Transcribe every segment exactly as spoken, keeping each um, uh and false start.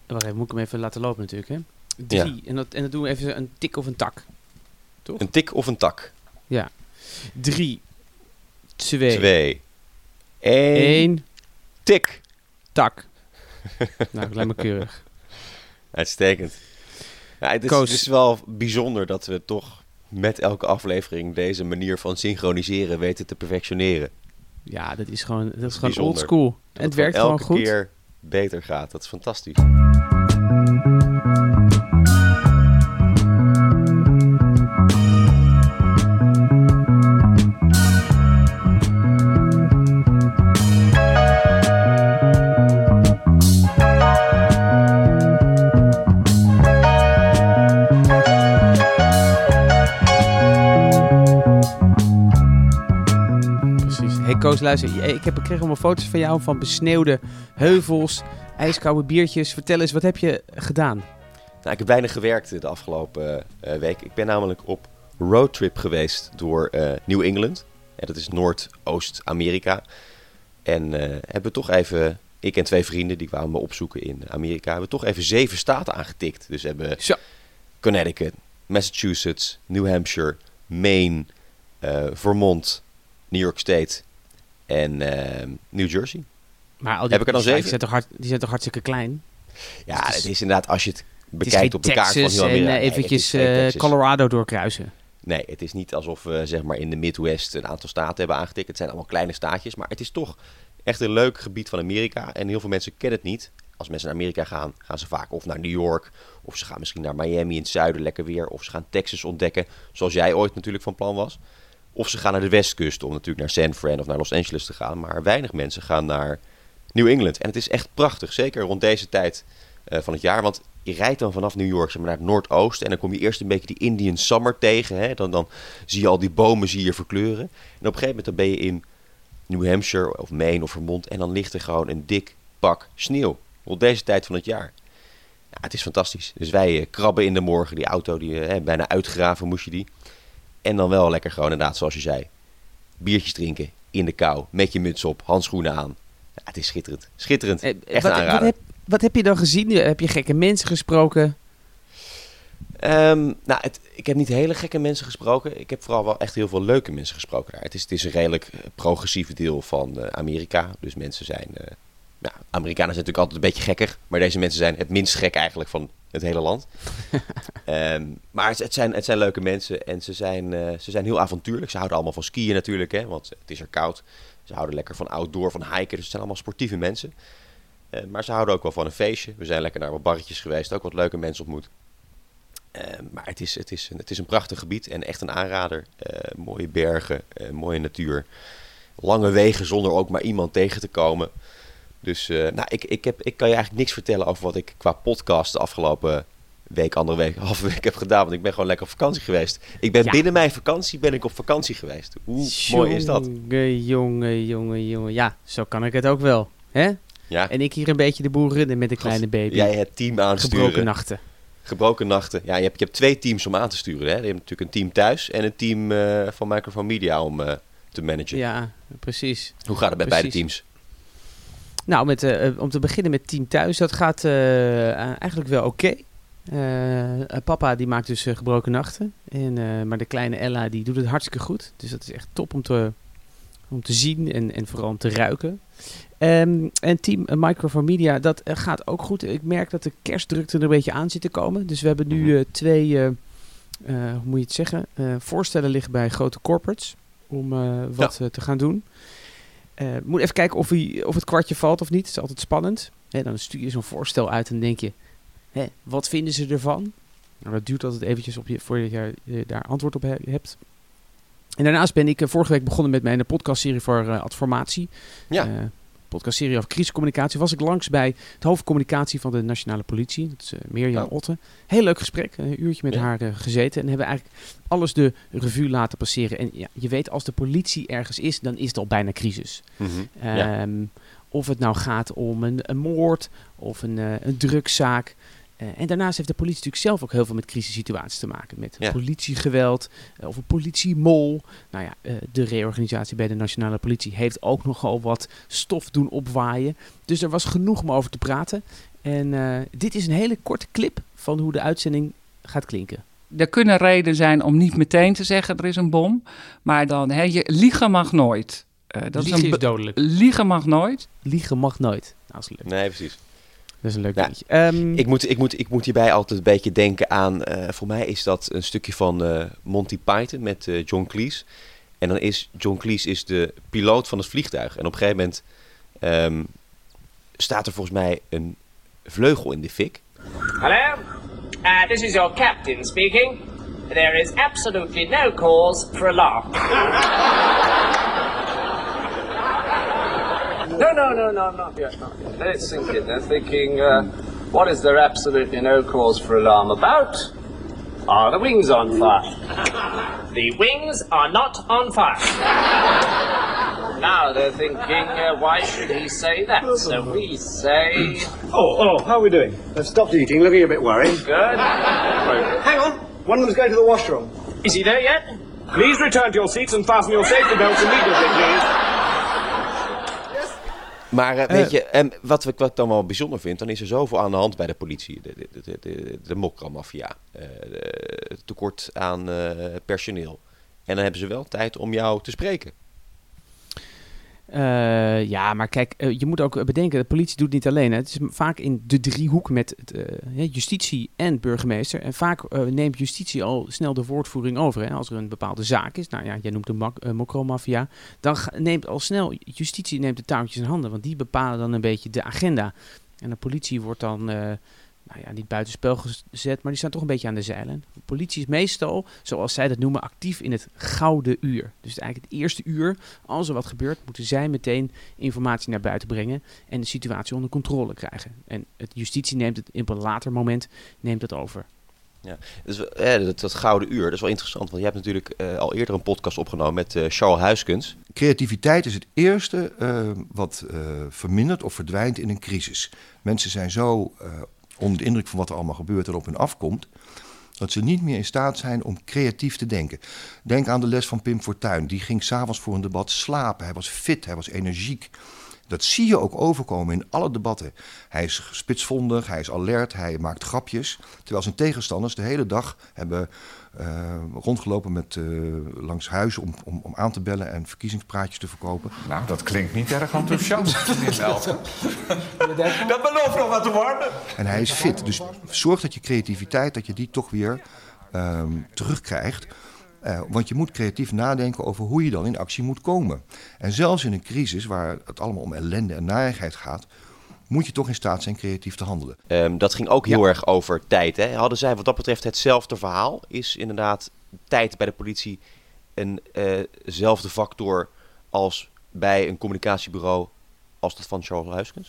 Wacht even, moet ik hem even laten lopen natuurlijk, hè? Drie. Ja. En, dat, en dan doen we even een tik of een tak. Toch? Een tik of een tak. Ja. Drie. Twee. Twee. Eén. Eén. Tik. Tak. Nou, lijkt me keurig. Uitstekend. Ja, het, is, het is wel bijzonder dat we toch met elke aflevering deze manier van synchroniseren weten te perfectioneren. Ja, dat is gewoon, dat is gewoon old school. En het werkt gewoon goed. Elke keer beter gaat. Dat is fantastisch. Koos, luister, ik heb gekregen allemaal foto's van jou van besneeuwde heuvels, ijskoude biertjes. Vertel eens, wat heb je gedaan? Nou, ik heb weinig gewerkt de afgelopen uh, week. Ik ben namelijk op roadtrip geweest door uh, New England. Ja, dat is Noordoost-Amerika. En uh, hebben toch even, ik en twee vrienden, die kwamen me opzoeken in Amerika, hebben toch even zeven staten aangetikt. Dus we hebben Zo. Connecticut, Massachusetts, New Hampshire, Maine, uh, Vermont, New York State en uh, New Jersey. Maar al die, heb ik er dan die, zeven? Zijn toch hard, die zijn toch hartstikke klein? Ja, dus het, is, het is inderdaad, als je het bekijkt het op de kaart van heel Amerika. Amerika. En uh, eventjes nee, uh, Colorado doorkruisen. Nee, het is niet alsof we zeg maar in de Midwest een aantal staten hebben aangetikt. Het zijn allemaal kleine staatjes, maar het is toch echt een leuk gebied van Amerika. En heel veel mensen kennen het niet. Als mensen naar Amerika gaan, gaan ze vaak of naar New York, of ze gaan misschien naar Miami in het zuiden, lekker weer. Of ze gaan Texas ontdekken, zoals jij ooit natuurlijk van plan was. Of ze gaan naar de westkust om natuurlijk naar San Fran of naar Los Angeles te gaan. Maar weinig mensen gaan naar New England. En het is echt prachtig, zeker rond deze tijd uh, van het jaar. Want je rijdt dan vanaf New York zeg maar, naar het noordoosten. En dan kom je eerst een beetje die Indian Summer tegen. Hè? Dan, dan zie je al die bomen zie je verkleuren. En op een gegeven moment dan ben je in New Hampshire of Maine of Vermont. En dan ligt er gewoon een dik pak sneeuw. Rond deze tijd van het jaar. Ja, het is fantastisch. Dus wij uh, krabben in de morgen. Die auto, die, uh, bijna uitgraven moest je die. En dan wel lekker gewoon inderdaad, zoals je zei. Biertjes drinken in de kou. Met je muts op, handschoenen aan. Ja, het is schitterend. Schitterend. Eh, Echt wat, een aanrader. Wat heb, wat heb je dan gezien? Heb je gekke mensen gesproken? Um, nou, het, ik heb niet hele gekke mensen gesproken. Ik heb vooral wel echt heel veel leuke mensen gesproken daar. Het is, het is een redelijk progressieve deel van uh, Amerika. Dus mensen zijn... Uh, nou, Amerikanen zijn natuurlijk altijd een beetje gekker. Maar deze mensen zijn het minst gek eigenlijk van het hele land. um, maar het, het, zijn, het zijn leuke mensen. En ze zijn, uh, ze zijn heel avontuurlijk. Ze houden allemaal van skiën natuurlijk. Hè, want het is er koud. Ze houden lekker van outdoor, van hiken. Dus het zijn allemaal sportieve mensen. Uh, maar ze houden ook wel van een feestje. We zijn lekker naar wat barretjes geweest. Ook wat leuke mensen ontmoet. Uh, maar het is, het, is een, het is een prachtig gebied en echt een aanrader. Uh, mooie bergen, uh, mooie natuur. Lange wegen zonder ook maar iemand tegen te komen. Dus uh, nou, ik, ik, heb, ik kan je eigenlijk niks vertellen over wat ik qua podcast de afgelopen week, andere week, halve week heb gedaan. Want ik ben gewoon lekker op vakantie geweest. Ik ben ja. binnen mijn vakantie ben ik op vakantie geweest. Hoe jonge, mooi is dat? Jongen, jongen, jongen. Ja, zo kan ik het ook wel. Hè? Ja. En ik hier een beetje de boel runnen met een kleine baby. Jij het team aansturen. Gebroken nachten. Gebroken nachten. Ja, je hebt, je hebt twee teams om aan te sturen. Hè? Je hebt natuurlijk een team thuis en een team uh, van Microphone Media om uh, te managen. Ja, precies. Hoe gaat het met precies. beide teams? Nou, met, uh, om te beginnen met team thuis. Dat gaat uh, eigenlijk wel oké. Okay. Uh, papa die maakt dus uh, gebroken nachten. En, uh, maar de kleine Ella die doet het hartstikke goed. Dus dat is echt top om te, om te zien en, en vooral om te ruiken. Um, en team uh, Microphone Media, dat uh, gaat ook goed. Ik merk dat de kerstdrukte er een beetje aan zit te komen. Dus we hebben nu uh, twee, uh, uh, hoe moet je het zeggen, uh, voorstellen liggen bij grote corporates om uh, wat ja. uh, te gaan doen. Uh, moet even kijken of, hij, of het kwartje valt of niet. Het is altijd spannend. Hè, dan stuur je zo'n voorstel uit en denk je, hè, wat vinden ze ervan? Nou, dat duurt altijd eventjes op je, voordat je uh, daar antwoord op he- hebt. En daarnaast ben ik uh, vorige week begonnen met mijn podcastserie voor uh, Adformatie. Ja. Uh, podcastserie over crisiscommunicatie. Was ik langs bij het hoofdcommunicatie van de Nationale Politie. Dat is uh, Mirjam oh. Otte. Heel leuk gesprek. Een uurtje met ja. haar uh, gezeten. En hebben eigenlijk alles de revue laten passeren. En ja, je weet, als de politie ergens is, dan is het al bijna crisis. Mm-hmm. Um, ja. Of het nou gaat om een, een moord of een, uh, een drugszaak. Uh, en daarnaast heeft de politie natuurlijk zelf ook heel veel met crisissituaties te maken. Met ja. politiegeweld uh, of een politiemol. Nou ja, uh, de reorganisatie bij de Nationale Politie heeft ook nogal wat stof doen opwaaien. Dus er was genoeg om over te praten. En uh, dit is een hele korte clip van hoe de uitzending gaat klinken. Er kunnen redenen zijn om niet meteen te zeggen er is een bom. Maar dan, hè, je, liegen mag nooit. Uh, dat liegen is, een be- is dodelijk. Liegen mag nooit. Liegen mag nooit. Nou, is leuk. Nee, precies. Dat is een leuk nou, dingetje. Um, ik, moet, ik, moet, ik moet hierbij altijd een beetje denken aan... Uh, voor mij is dat een stukje van uh, Monty Python met uh, John Cleese. En dan is John Cleese is de piloot van het vliegtuig. En op een gegeven moment um, staat er volgens mij een vleugel in de fik. Hello, uh, this is your captain speaking. There is absolutely no cause for alarm. No, no, no, no, not yet, not yet. Let it sink in. They're thinking, uh, what is there absolutely no cause for alarm about? Are the wings on fire? The wings are not on fire. Now they're thinking, uh, why should he say that? So we say... Oh, oh, how are we doing? They've stopped eating, looking a bit worried. Good. Hang on, one of them's going to the washroom. Is he there yet? Please return to your seats and fasten your safety belts immediately, please. Maar uh, weet je, um, wat, ik, wat ik dan wel bijzonder vind, dan is er zoveel aan de hand bij de politie. De, de, de, de, de mokka-maffia, uh, de, tekort aan uh, personeel. En dan hebben ze wel tijd om jou te spreken. Uh, ja, maar kijk, uh, je moet ook bedenken, de politie doet het niet alleen. Hè. Het is vaak in de driehoek met het, uh, justitie en burgemeester. En vaak uh, neemt justitie al snel de woordvoering over. Hè. Als er een bepaalde zaak is, nou ja, jij noemt de mak- uh, mokromafia, dan ga, neemt al snel, justitie neemt de touwtjes in handen. Want die bepalen dan een beetje de agenda. En de politie wordt dan... Uh, nou ja, niet buitenspel gezet, maar die staan toch een beetje aan de zeilen. De politie is meestal, zoals zij dat noemen, actief in het gouden uur. Dus eigenlijk het eerste uur, als er wat gebeurt, moeten zij meteen informatie naar buiten brengen en de situatie onder controle krijgen. En het justitie neemt het op een later moment neemt het over. Ja, dus, eh, dat, dat gouden uur, dat is wel interessant, want je hebt natuurlijk uh, al eerder een podcast opgenomen met uh, Charles Huiskens. Creativiteit is het eerste uh, wat uh, vermindert of verdwijnt in een crisis. Mensen zijn zo... Uh, onder de indruk van wat er allemaal gebeurt en op hun afkomt, dat ze niet meer in staat zijn om creatief te denken. Denk aan de les van Pim Fortuyn. Die ging 's avonds voor een debat slapen. Hij was fit, hij was energiek. Dat zie je ook overkomen in alle debatten. Hij is spitsvondig, hij is alert, hij maakt grapjes. Terwijl zijn tegenstanders de hele dag hebben uh, rondgelopen met, uh, langs huizen om, om, om aan te bellen en verkiezingspraatjes te verkopen. Nou, dat klinkt niet erg enthousiast, meneer Melton. Dat belooft nog wat te worden. En hij is fit, dus zorg dat je creativiteit, dat je die toch weer um, terugkrijgt. Uh, want je moet creatief nadenken over hoe je dan in actie moet komen. En zelfs in een crisis waar het allemaal om ellende en narigheid gaat, moet je toch in staat zijn creatief te handelen. Um, dat ging ook heel ja. erg over tijd. Hè? Hadden zij wat dat betreft hetzelfde verhaal? Is inderdaad tijd bij de politie eenzelfde uh, factor als bij een communicatiebureau als dat van Charles Huiskens?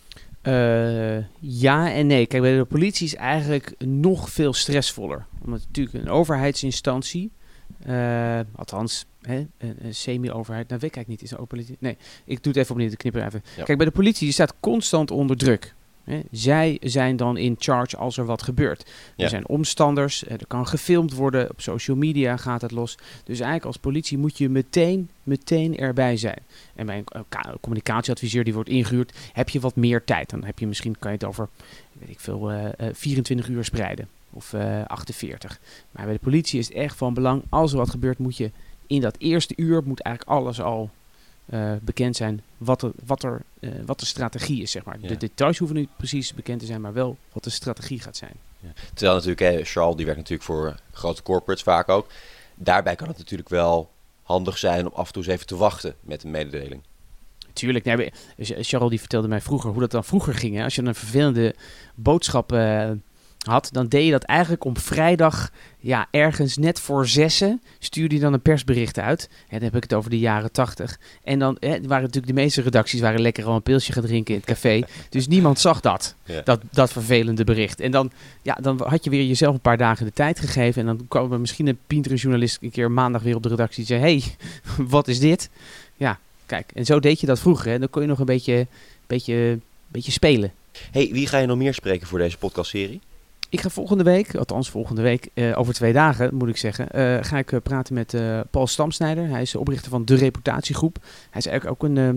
Uh, ja en nee. Kijk, bij de politie is eigenlijk nog veel stressvoller. Omdat het natuurlijk een overheidsinstantie, uh, althans hè, een, een semi-overheid, nou weet ik eigenlijk niet, is een open politie? Nee, ik doe het even opnieuw, de knipper even. Ja. Kijk, bij de politie, die staat constant onder druk. Hè. Zij zijn dan in charge als er wat gebeurt. Ja. Er zijn omstanders, er kan gefilmd worden, op social media gaat het los. Dus eigenlijk als politie moet je meteen, meteen erbij zijn. En bij een uh, communicatieadviseur die wordt ingehuurd, heb je wat meer tijd. Dan heb je misschien, kan je het over, weet ik veel, uh, uh, vierentwintig uur spreiden. Of uh, achtenveertig. Maar bij de politie is het echt van belang, als er wat gebeurt, moet je in dat eerste uur, moet eigenlijk alles al Uh, bekend zijn wat, er, wat, er, uh, wat de strategie is, zeg maar. Ja. De details hoeven niet precies bekend te zijn, maar wel wat de strategie gaat zijn. Ja. Terwijl natuurlijk, hè, Charles die werkt natuurlijk voor grote corporates vaak ook. Daarbij kan het natuurlijk wel handig zijn om af en toe eens even te wachten met een mededeling. Tuurlijk. Nee, Charles die vertelde mij vroeger hoe dat dan vroeger ging. Hè. Als je een vervelende boodschap uh, had, dan deed je dat eigenlijk om vrijdag, ja, ergens net voor zessen, stuurde je dan een persbericht uit. En dan heb ik het over de jaren tachtig. En dan hè, waren natuurlijk de meeste redacties waren lekker al een pilsje gaan drinken in het café. Dus niemand zag dat, ja. dat, dat vervelende bericht. En dan, ja, dan had je weer jezelf een paar dagen de tijd gegeven. En dan kwam er misschien een pintere journalist een keer maandag weer op de redactie en zei, hey, wat is dit? Ja, kijk. En zo deed je dat vroeger. Hè. Dan kon je nog een beetje, beetje, beetje spelen. Hey, wie ga je nog meer spreken voor deze podcastserie? Ik ga volgende week, althans volgende week, uh, over twee dagen moet ik zeggen, uh, ga ik uh, praten met uh, Paul Stamsnijder. Hij is de oprichter van De Reputatiegroep. Hij is eigenlijk ook een, uh,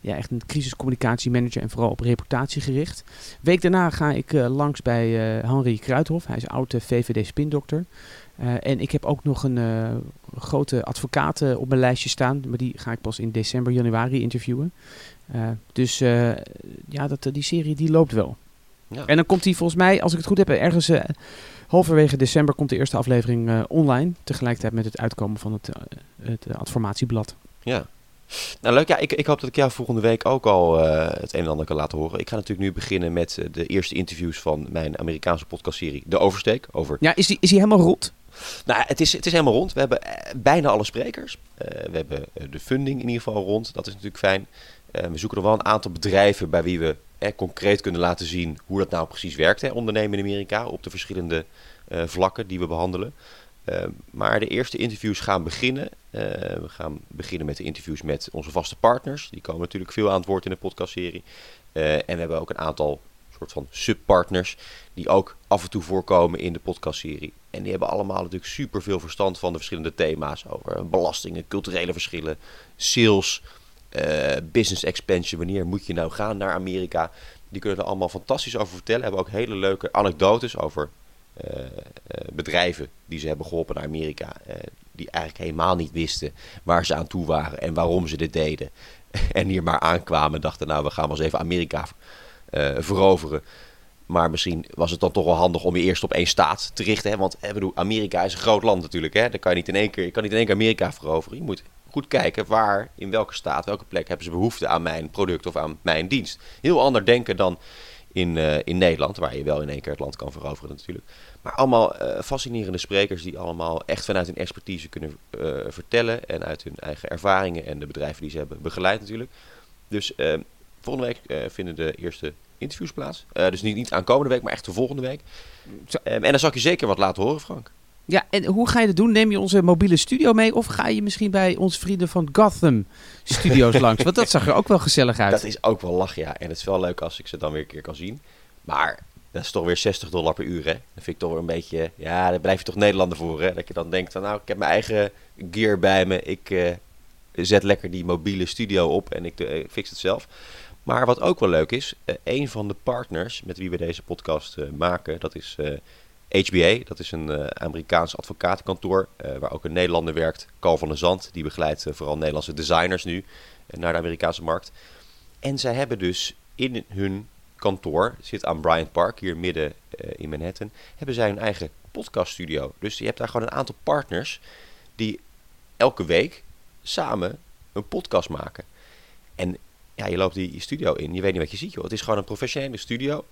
ja, echt een crisiscommunicatiemanager en vooral op reputatie gericht. Week daarna ga ik uh, langs bij uh, Henri Kruithof. Hij is oud uh, V V D-spindokter. Uh, en ik heb ook nog een uh, grote advocaat uh, op mijn lijstje staan. Maar die ga ik pas in december, januari interviewen. Uh, dus uh, ja, dat, die serie die loopt wel. Ja. En dan komt die volgens mij, als ik het goed heb, ergens uh, halverwege december komt de eerste aflevering uh, online. Tegelijkertijd met het uitkomen van het, uh, het uh, Adformatieblad. Ja. Nou leuk, ja, ik, ik hoop dat ik jou volgende week ook al uh, het een en ander kan laten horen. Ik ga natuurlijk nu beginnen met uh, de eerste interviews van mijn Amerikaanse podcastserie De Oversteek. Over... Ja, is die, is die helemaal rond? Nou, het is, het is helemaal rond. We hebben uh, bijna alle sprekers. Uh, we hebben uh, de funding in ieder geval rond. Dat is natuurlijk fijn. Uh, we zoeken nog wel een aantal bedrijven bij wie we eh, concreet kunnen laten zien hoe dat nou precies werkt, hè, ondernemen in Amerika, op de verschillende uh, vlakken die we behandelen. Uh, maar de eerste interviews gaan beginnen. Uh, we gaan beginnen met de interviews met onze vaste partners. Die komen natuurlijk veel aan het woord in de podcastserie. Uh, en we hebben ook een aantal soort van subpartners die ook af en toe voorkomen in de podcastserie. En die hebben allemaal natuurlijk super veel verstand van de verschillende thema's over belastingen, culturele verschillen, sales, uh, business expansion. Wanneer moet je nou gaan naar Amerika? Die kunnen er allemaal fantastisch over vertellen. Hebben ook hele leuke anekdotes over Uh, uh, bedrijven die ze hebben geholpen naar Amerika, uh, die eigenlijk helemaal niet wisten waar ze aan toe waren en waarom ze dit deden. En hier maar aankwamen en dachten, nou, we gaan wel eens even Amerika uh, veroveren. Maar misschien was het dan toch wel handig om je eerst op één staat te richten. Hè? Want ik bedoel, Amerika is een groot land natuurlijk. Hè? Dan kan je niet in één keer, je kan niet in één keer Amerika veroveren. Je moet goed kijken waar, in welke staat, welke plek hebben ze behoefte aan mijn product of aan mijn dienst. Heel ander denken dan In, uh, in Nederland, waar je wel in één keer het land kan veroveren natuurlijk. Maar allemaal uh, fascinerende sprekers die allemaal echt vanuit hun expertise kunnen uh, vertellen. En uit hun eigen ervaringen en de bedrijven die ze hebben begeleid natuurlijk. Dus uh, volgende week uh, vinden de eerste interviews plaats. Uh, dus niet, niet aankomende week, maar echt de volgende week. Um, en dan zal ik je zeker wat laten horen, Frank. Ja, en hoe ga je dat doen? Neem je onze mobiele studio mee of ga je misschien bij onze vrienden van Gotham Studios langs? Want dat zag er ook wel gezellig uit. Dat is ook wel lach, ja. En het is wel leuk als ik ze dan weer een keer kan zien. Maar dat is toch weer zestig dollar per uur, hè? Dat vind ik toch weer een beetje... Ja, daar blijf je toch Nederlander voor, hè? Dat je dan denkt van, nou, ik heb mijn eigen gear bij me. Ik uh, zet lekker die mobiele studio op en ik uh, fix het zelf. Maar wat ook wel leuk is, uh, een van de partners met wie we deze podcast uh, maken, dat is... Uh, H B A, dat is een uh, Amerikaans advocatenkantoor uh, waar ook een Nederlander werkt, Carl van der Zand. Die begeleidt uh, vooral Nederlandse designers nu uh, naar de Amerikaanse markt. En zij hebben dus in hun kantoor, zit aan Bryant Park, hier midden uh, in Manhattan, hebben zij hun eigen podcaststudio. Dus je hebt daar gewoon een aantal partners die elke week samen een podcast maken. En ja, je loopt die studio in, je weet niet wat je ziet, joh. Het is gewoon een professionele studio.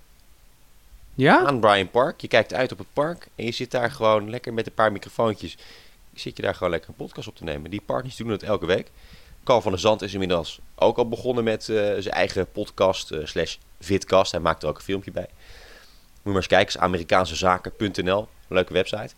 Ja? Aan Bryant Park. Je kijkt uit op het park en je zit daar gewoon lekker met een paar microfoontjes. Zit je daar gewoon lekker een podcast op te nemen. Die partners doen het elke week. Carl van der Zand is inmiddels ook al begonnen met uh, zijn eigen podcast uh, slash vidcast. Hij maakt er ook een filmpje bij. Moet je maar eens kijken. Amerikaanse zaken punt n l. Leuke website.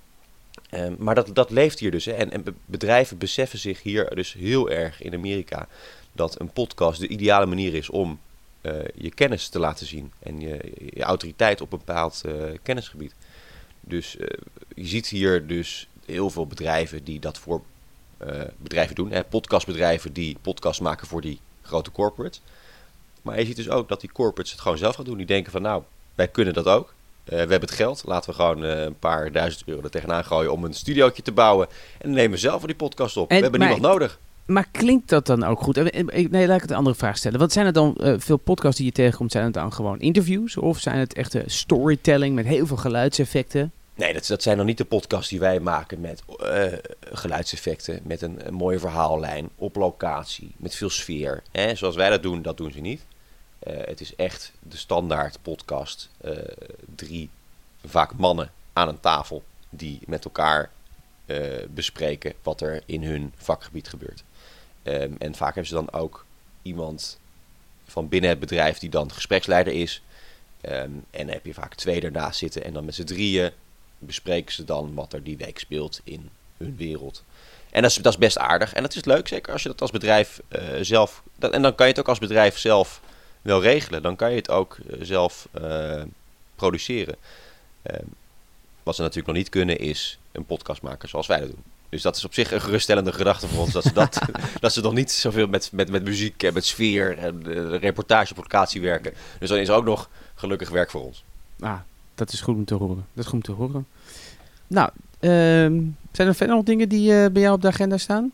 Um, maar dat, dat leeft hier dus. Hè. En, en bedrijven beseffen zich hier dus heel erg in Amerika dat een podcast de ideale manier is om Uh, je kennis te laten zien en je, je autoriteit op een bepaald uh, kennisgebied. Dus uh, je ziet hier dus heel veel bedrijven die dat voor uh, bedrijven doen. Hè? Podcastbedrijven die podcasts maken voor die grote corporates. Maar je ziet dus ook dat die corporates het gewoon zelf gaan doen. Die denken van nou, wij kunnen dat ook. Uh, we hebben het geld. Laten we gewoon uh, een paar duizend euro er tegenaan gooien om een studiootje te bouwen. En dan nemen we zelf die podcast op. En, we hebben niemand nodig. Maar klinkt dat dan ook goed? Nee, laat ik het een andere vraag stellen. Wat zijn er dan uh, veel podcasts die je tegenkomt? Zijn het dan gewoon interviews? Of zijn het echte storytelling met heel veel geluidseffecten? Nee, dat, dat zijn dan niet de podcasts die wij maken met uh, geluidseffecten. Met een, een mooie verhaallijn, op locatie, met veel sfeer. Hè? Zoals wij dat doen, dat doen ze niet. Uh, het is echt de standaard podcast. Uh, drie, vaak mannen aan een tafel die met elkaar uh, bespreken wat er in hun vakgebied gebeurt. Um, en vaak hebben ze dan ook iemand van binnen het bedrijf die dan gespreksleider is. Um, en dan heb je vaak twee ernaast zitten. En dan met z'n drieën bespreken ze dan wat er die week speelt in hun wereld. En dat is, dat is best aardig. En dat is leuk, zeker als je dat als bedrijf uh, zelf... Dat, en dan kan je het ook als bedrijf zelf wel regelen. Dan kan je het ook uh, zelf uh, produceren. Um, wat ze natuurlijk nog niet kunnen is een podcast maken zoals wij dat doen. Dus dat is op zich een geruststellende gedachte voor ons. Dat ze, dat, dat ze nog niet zoveel met, met, met muziek en met sfeer en uh, reportage op locatie werken. Dus dan is er ook nog gelukkig werk voor ons. Ah, dat is goed om te horen. Dat is goed om te horen. Nou, uh, zijn er verder nog dingen die uh, bij jou op de agenda staan?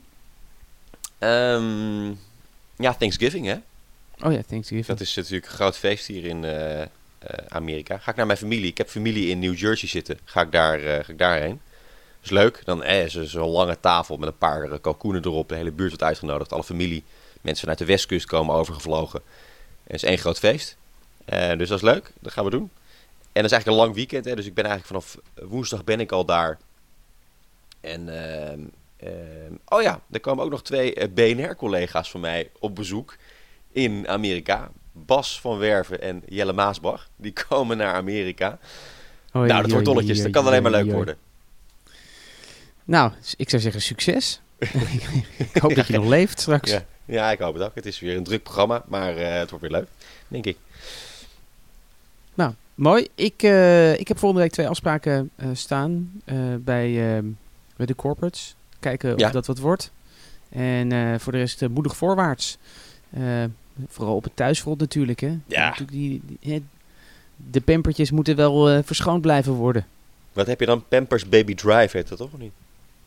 Um, ja, Thanksgiving, hè? Oh ja, Thanksgiving. Dat is natuurlijk een groot feest hier in uh, uh, Amerika. Ga ik naar mijn familie. Ik heb familie in New Jersey zitten. Ga ik, daar, uh, ga ik daarheen. Dat is leuk. Dan eh, is er zo'n lange tafel met een paar uh, kalkoenen erop. De hele buurt wordt uitgenodigd. Alle familie. Mensen vanuit de westkust komen overgevlogen. En het is één groot feest. Uh, dus dat is leuk. Dat gaan we doen. En dat is eigenlijk een lang weekend. Hè? Dus ik ben eigenlijk vanaf woensdag ben ik al daar. En uh, uh, oh ja, er komen ook nog twee uh, B N R-collega's van mij op bezoek in Amerika. Bas van Werven en Jelle Maasbach. Die komen naar Amerika. Hoi, nou, dat wordt hoi, dolletjes. hoi, Dat kan alleen maar hoi, leuk hoi. worden. Nou, ik zou zeggen succes. Ik hoop dat je nog leeft straks. Ja, ja, ik hoop het ook. Het is weer een druk programma, maar uh, het wordt weer leuk, denk ik. Nou, mooi. Ik, uh, ik heb volgende week twee afspraken uh, staan uh, bij, uh, bij de corporates. Kijken Ja. of dat wat wordt. En uh, voor de rest uh, moedig voorwaarts. Uh, vooral op het thuisfront natuurlijk. Hè. Ja. Natuurlijk die, die, hè, de pampertjes moeten wel uh, verschoond blijven worden. Wat heb je dan? Pampers Baby Drive heet dat toch of niet?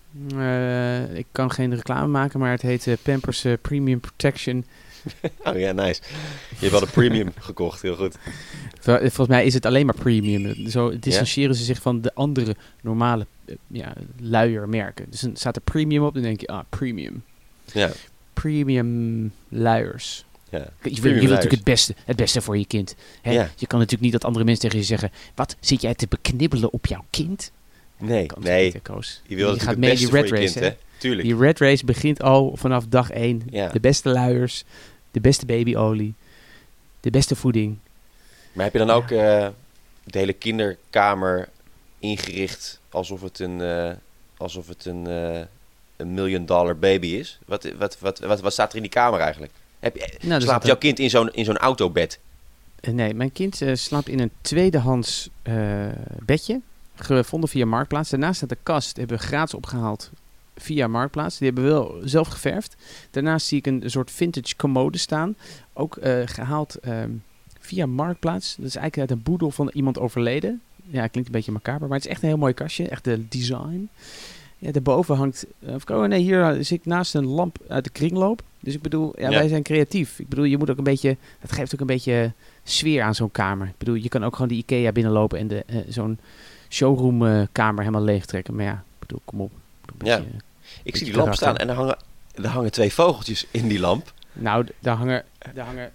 Uh, ik kan geen reclame maken, maar het heet uh, Pampers uh, Premium Protection. Oh ja, nice. Je hebt wel de premium gekocht, heel goed. Volgens mij is het alleen maar premium. Zo distancieren Ja? ze zich van de andere normale uh, ja, luiermerken. Dus dan staat er premium op, dan denk je, ah, premium. Ja. Premium luiers. Ja. Je, wil, Premium je wil luiers. natuurlijk het beste, het beste voor je kind. Hè? Ja. Je kan natuurlijk niet dat andere mensen tegen je zeggen, wat, zit jij te beknibbelen op jouw kind? Nee, Kan nee. niet, hè, Koos. Je wil Je natuurlijk gaat het mee in beste die voor je red kind, race, hè? Tuurlijk. Die red race begint al vanaf dag één. Ja. De beste luiers, de beste babyolie, de beste voeding. Maar heb je dan ook uh, de hele kinderkamer ingericht alsof het een, uh, alsof het een, uh, een million dollar baby is? Wat, wat, wat, wat, wat staat er in die kamer eigenlijk? Heb je, Nou, er slaapt staat jouw een- kind in zo'n, in zo'n autobed? Uh, nee, mijn kind uh, slaapt in een tweedehands uh, bedje. Gevonden via Marktplaats. Daarnaast staat de kast. Die hebben we gratis opgehaald via Marktplaats. Die hebben we wel zelf geverfd. Daarnaast zie ik een, een soort vintage commode staan. Ook uh, gehaald um, via Marktplaats. Dat is eigenlijk uit een boedel van iemand overleden. Ja, klinkt een beetje macaber. Maar het is echt een heel mooi kastje. Echt de design. Ja, daarboven hangt... Uh, oh nee, hier zit ik naast een lamp uit de kringloop. Dus ik bedoel, ja, Ja. wij zijn creatief. Ik bedoel, je moet ook een beetje... Dat geeft ook een beetje sfeer aan zo'n kamer. Ik bedoel, je kan ook gewoon de IKEA binnenlopen en de, uh, zo'n showroomkamer helemaal leegtrekken. Maar ja, ik bedoel, kom op. Ik bedoel, Ja. een beetje, Ik zie die karakter. lamp staan en er hangen, er hangen twee vogeltjes in die lamp. nou, d- daar hangen... Daar hangen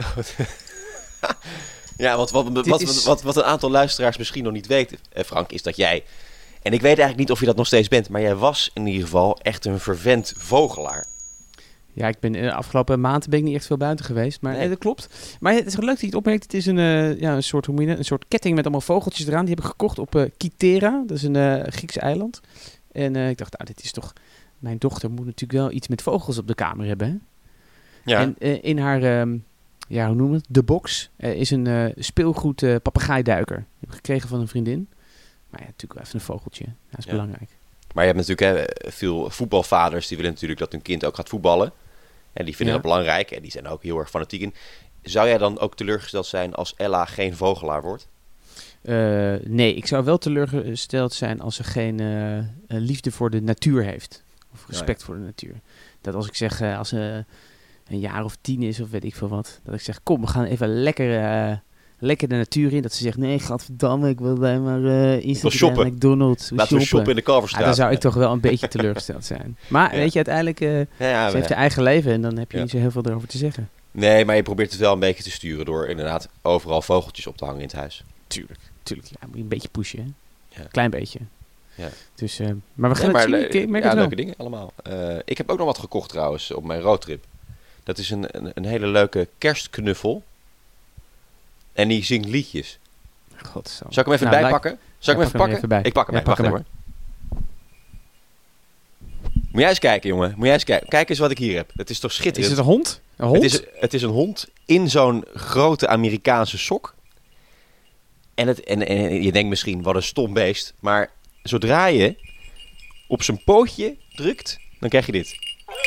Ja, want wat, wat, Dit wat, is- wat, wat een aantal luisteraars misschien nog niet weten, eh, Frank, is dat jij... En ik weet eigenlijk niet of je dat nog steeds bent, maar jij was in ieder geval echt een vervent vogelaar. ja, ik ben de afgelopen maanden ben ik niet echt veel buiten geweest. Maar Nee. nee, dat klopt. Maar het is leuk dat je het opmerkt. Het is een, uh, ja, een, soort, hoe moet je dat? Een soort ketting met allemaal vogeltjes eraan. Die heb ik gekocht op uh, Kythera. Dat is een uh, Grieks eiland. En uh, ik dacht, nou, dit is toch... Mijn dochter moet natuurlijk wel iets met vogels op de kamer hebben, hè? Ja, En uh, in haar, um, ja, hoe noemen we het? De box uh, is een uh, speelgoed uh, papegaaiduiker. Die heb ik gekregen van een vriendin. Maar ja, natuurlijk wel even een vogeltje. Dat is Ja. belangrijk. maar je hebt natuurlijk hè, veel voetbalvaders die willen natuurlijk dat hun kind ook gaat voetballen. En die vinden Ja. dat belangrijk en die zijn ook heel erg fanatiek in. Zou jij dan ook teleurgesteld zijn als Ella geen vogelaar wordt? Uh, nee, ik zou wel teleurgesteld zijn als ze geen uh, uh, liefde voor de natuur heeft. Of respect ja. voor de natuur. Dat als ik zeg, uh, als ze een jaar of tien is of weet ik veel wat. Dat ik zeg, kom, we gaan even lekker, uh, lekker de natuur in. Dat ze zegt, nee, gadverdamme, ik wil alleen maar uh, Instagram, shoppen. McDonald's. Laten we shoppen in de Ah, Kalverstraat. dan zou ik toch wel een beetje teleurgesteld zijn. Maar Ja. weet je, uiteindelijk, uh, Ja, ja, ze heeft ja. haar eigen leven en dan heb je Ja. niet zo heel veel erover te zeggen. Nee, maar je probeert het wel een beetje te sturen door inderdaad overal vogeltjes op te hangen in het huis. Tuurlijk, tuurlijk. Ja, moet je een beetje pushen, hè? Ja. Klein beetje. Ja. Dus, uh, maar we gaan Nee, het zien. le- Ik, ik merk ja, het wel. leuke dingen allemaal. Uh, ik heb ook nog wat gekocht trouwens op mijn roadtrip. Dat is een, een, een hele leuke kerstknuffel. En die zingt liedjes. Godzo. Zal ik hem even Nou, bijpakken? Zal ik Ja, hem even pak hem pakken? even bij. Ik pak hem Ja, even. pak Wacht hem even hoor. Moet jij eens kijken, jongen. Moet jij eens kijken. Kijk eens wat ik hier heb. Het is toch Is schitterend. het een hond? Een hond? Het is, het is een hond in zo'n grote Amerikaanse sok. En, het, en, en je denkt misschien, wat een stom beest. Maar zodra je op zijn pootje drukt, dan krijg je dit.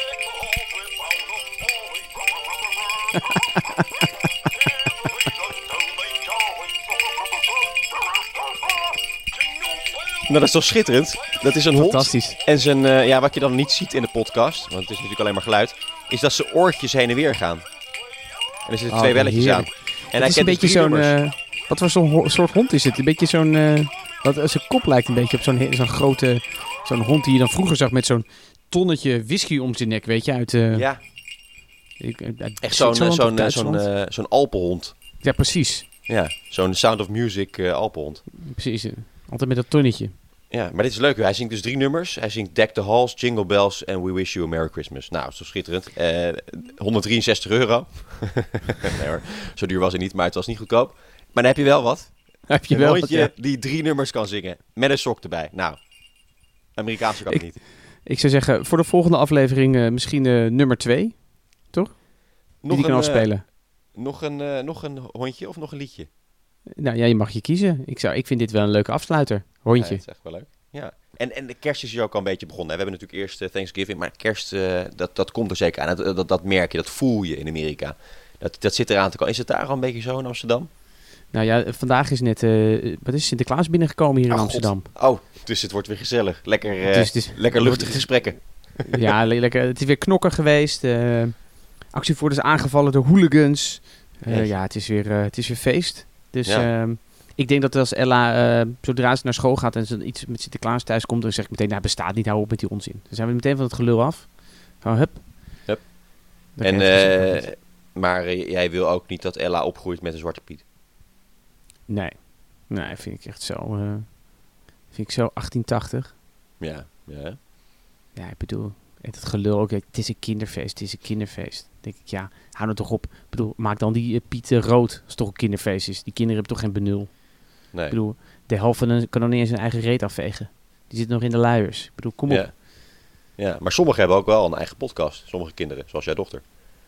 Nou, dat is toch schitterend? Dat is een hond. Fantastisch. En zijn, uh, ja, wat je dan niet ziet in de podcast, want het is natuurlijk alleen maar geluid, is dat zijn oortjes heen en weer gaan. En er zitten Oh, twee welletjes heerlijk. aan. En Het hij is een kent beetje dus drie zo'n... nummers. Uh, wat voor zo'n ho- soort hond is het? Een beetje zo'n... Uh, wat, zijn kop lijkt een beetje op zo'n, he- zo'n grote... Zo'n hond die je dan vroeger zag met zo'n tonnetje whisky om zijn nek, weet je, uit... Uh, Ja, ik, uit echt zo'n, Zwitserland of zo'n, Duitsland. zo'n, uh, zo'n Alpenhond. Ja, precies. Ja, zo'n Sound of Music uh, Alpenhond. Precies. uh, Altijd met dat tonnetje. Ja, maar dit is leuk. Hij zingt dus drie nummers. Hij zingt Deck the Halls, Jingle Bells en We Wish You a Merry Christmas. Nou, zo schitterend. Uh, honderddrieënzestig euro. Nee hoor, zo duur was het niet, maar het was niet goedkoop. Maar dan heb je wel wat. Heb je Een wel hondje wat, ja. die drie nummers kan zingen. Met een sok erbij. Nou, Amerikaanse kan het Ik- niet. Ik zou zeggen, voor de volgende aflevering uh, misschien uh, nummer twee. Die die kan een, afspelen. uh, nog, een, uh, nog een hondje of nog een liedje? Nou ja, je mag je kiezen. Ik, zou, ik vind dit wel een leuke afsluiter. Ja, Hondje. dat is echt wel leuk. Ja. En, en de kerst is hier ook al een beetje begonnen. We hebben natuurlijk eerst uh, Thanksgiving, maar kerst, uh, dat, dat komt er zeker aan. Dat, dat, dat merk je, dat voel je in Amerika. Dat, dat zit eraan te komen. Is het daar al een beetje zo in Amsterdam? Nou ja, vandaag is net... Uh, wat is Sinterklaas binnengekomen hier in Oh, Amsterdam. God. Oh, dus het wordt weer gezellig. Lekker, uh, Het is- het is- lekker luchtige gesprekken. Ja, le- lekker. Het is weer knokker geweest. Uh, actievoerders aangevallen door hooligans. Uh, Echt? ja, het is, weer, uh, het is weer feest. Dus Ja. uh, ik denk dat als Ella, uh, zodra ze naar school gaat en ze iets met Sinterklaas thuis komt, dan zeg ik meteen, nou, bestaat niet, hou op met die onzin. Dan zijn we meteen van het gelul af. Gewoon, hup. Hup. Dan En, krijg je het dus ook uh, niet. maar uh, jij wil ook niet dat Ella opgroeit met een Zwarte Piet. Nee. Nee, vind ik echt zo... Uh, vind ik zo achttien tachtig. Ja, ja. Ja, ik bedoel, het gelul ook, het is een kinderfeest, het is een kinderfeest. Dan denk ik, ja, hou nou toch op. Ik bedoel, maak dan die uh, Piet uh, rood, als het toch een kinderfeest is. Die kinderen hebben toch geen benul. Nee. Ik bedoel, de helft van hen kan nog niet eens zijn eigen reet afvegen. Die zit nog in de luiers. Ik bedoel, kom op. Ja. Ja, maar sommigen hebben ook wel een eigen podcast. Sommige kinderen, zoals jouw dochter.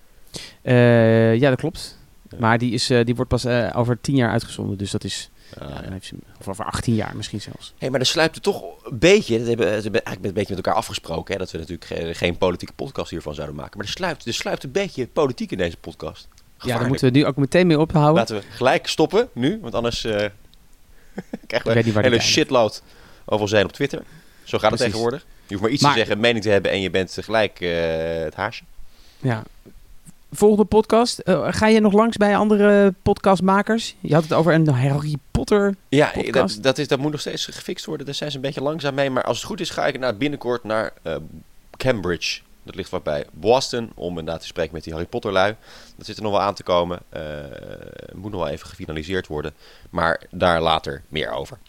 Uh, ja, dat klopt. Ja. Maar die, is, uh, die wordt pas uh, over tien jaar uitgezonden. Dus dat is, Ah, ja, ja. dan heeft ze, of over achttien jaar misschien zelfs. Hey, maar er sluipt er toch een beetje, dat hebben we hebben eigenlijk een beetje met elkaar afgesproken, hè, dat we natuurlijk geen, geen politieke podcast hiervan zouden maken. Maar er sluipt, er sluipt een beetje politiek in deze podcast. Ja, Gevaarlijk. daar moeten we nu ook meteen mee ophouden. Laten we gelijk stoppen nu, want anders uh, krijgen weet we niet een waar hele dit shitload over ons heen op Twitter. Zo gaat het Precies. tegenwoordig. Je hoeft maar iets Maar- te zeggen, een mening te hebben en je bent gelijk uh, het haasje. Ja. Volgende podcast. Uh, ga je nog langs bij andere podcastmakers? Je had het over een Harry Potter. Ja, Podcast? dat, dat, is, dat moet nog steeds gefixt worden. Daar zijn ze een beetje langzaam mee. Maar als het goed is, ga ik naar, binnenkort naar uh, Cambridge. Dat ligt vlakbij Boston. Om inderdaad te spreken met die Harry Potter lui. Dat zit er nog wel aan te komen. Uh, moet nog wel even gefinaliseerd worden. Maar daar later meer over.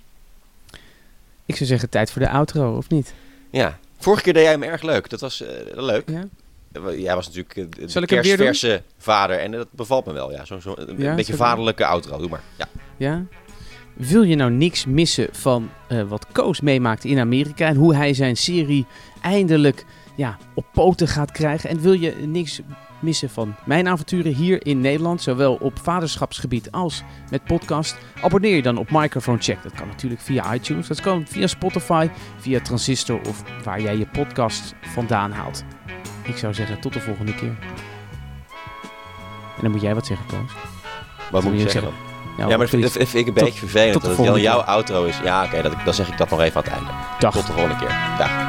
Ik zou zeggen, tijd voor de outro, of niet? Ja, vorige keer deed jij hem erg leuk. Dat was uh, leuk. Ja. Jij was natuurlijk uh, de Zal ik hem weer doen? kerstverse vader. En dat bevalt me wel. Ja. Zo, zo, een Ja, beetje zal ik- vaderlijke outro. Doe maar. Ja. Ja. Wil je nou niks missen van uh, wat Koos meemaakt in Amerika en hoe hij zijn serie eindelijk ja, op poten gaat krijgen? En wil je niks missen van mijn avonturen hier in Nederland, zowel op vaderschapsgebied als met podcast? Abonneer je dan op Microphone Check. Dat kan natuurlijk via iTunes, dat kan via Spotify, via Transistor of waar jij je podcast vandaan haalt. Ik zou zeggen, tot de volgende keer. En dan moet jij wat zeggen, Koos. Wat moet je ik zeggen dan? Nou, Ja, maar dat please. vind, dat vind ik een Tot- beetje vervelend tot de dat het dan volgende jouw outro is. Ja, oké, okay, dan zeg ik dat nog even aan het einde. Dag. Tot de volgende keer. Dag.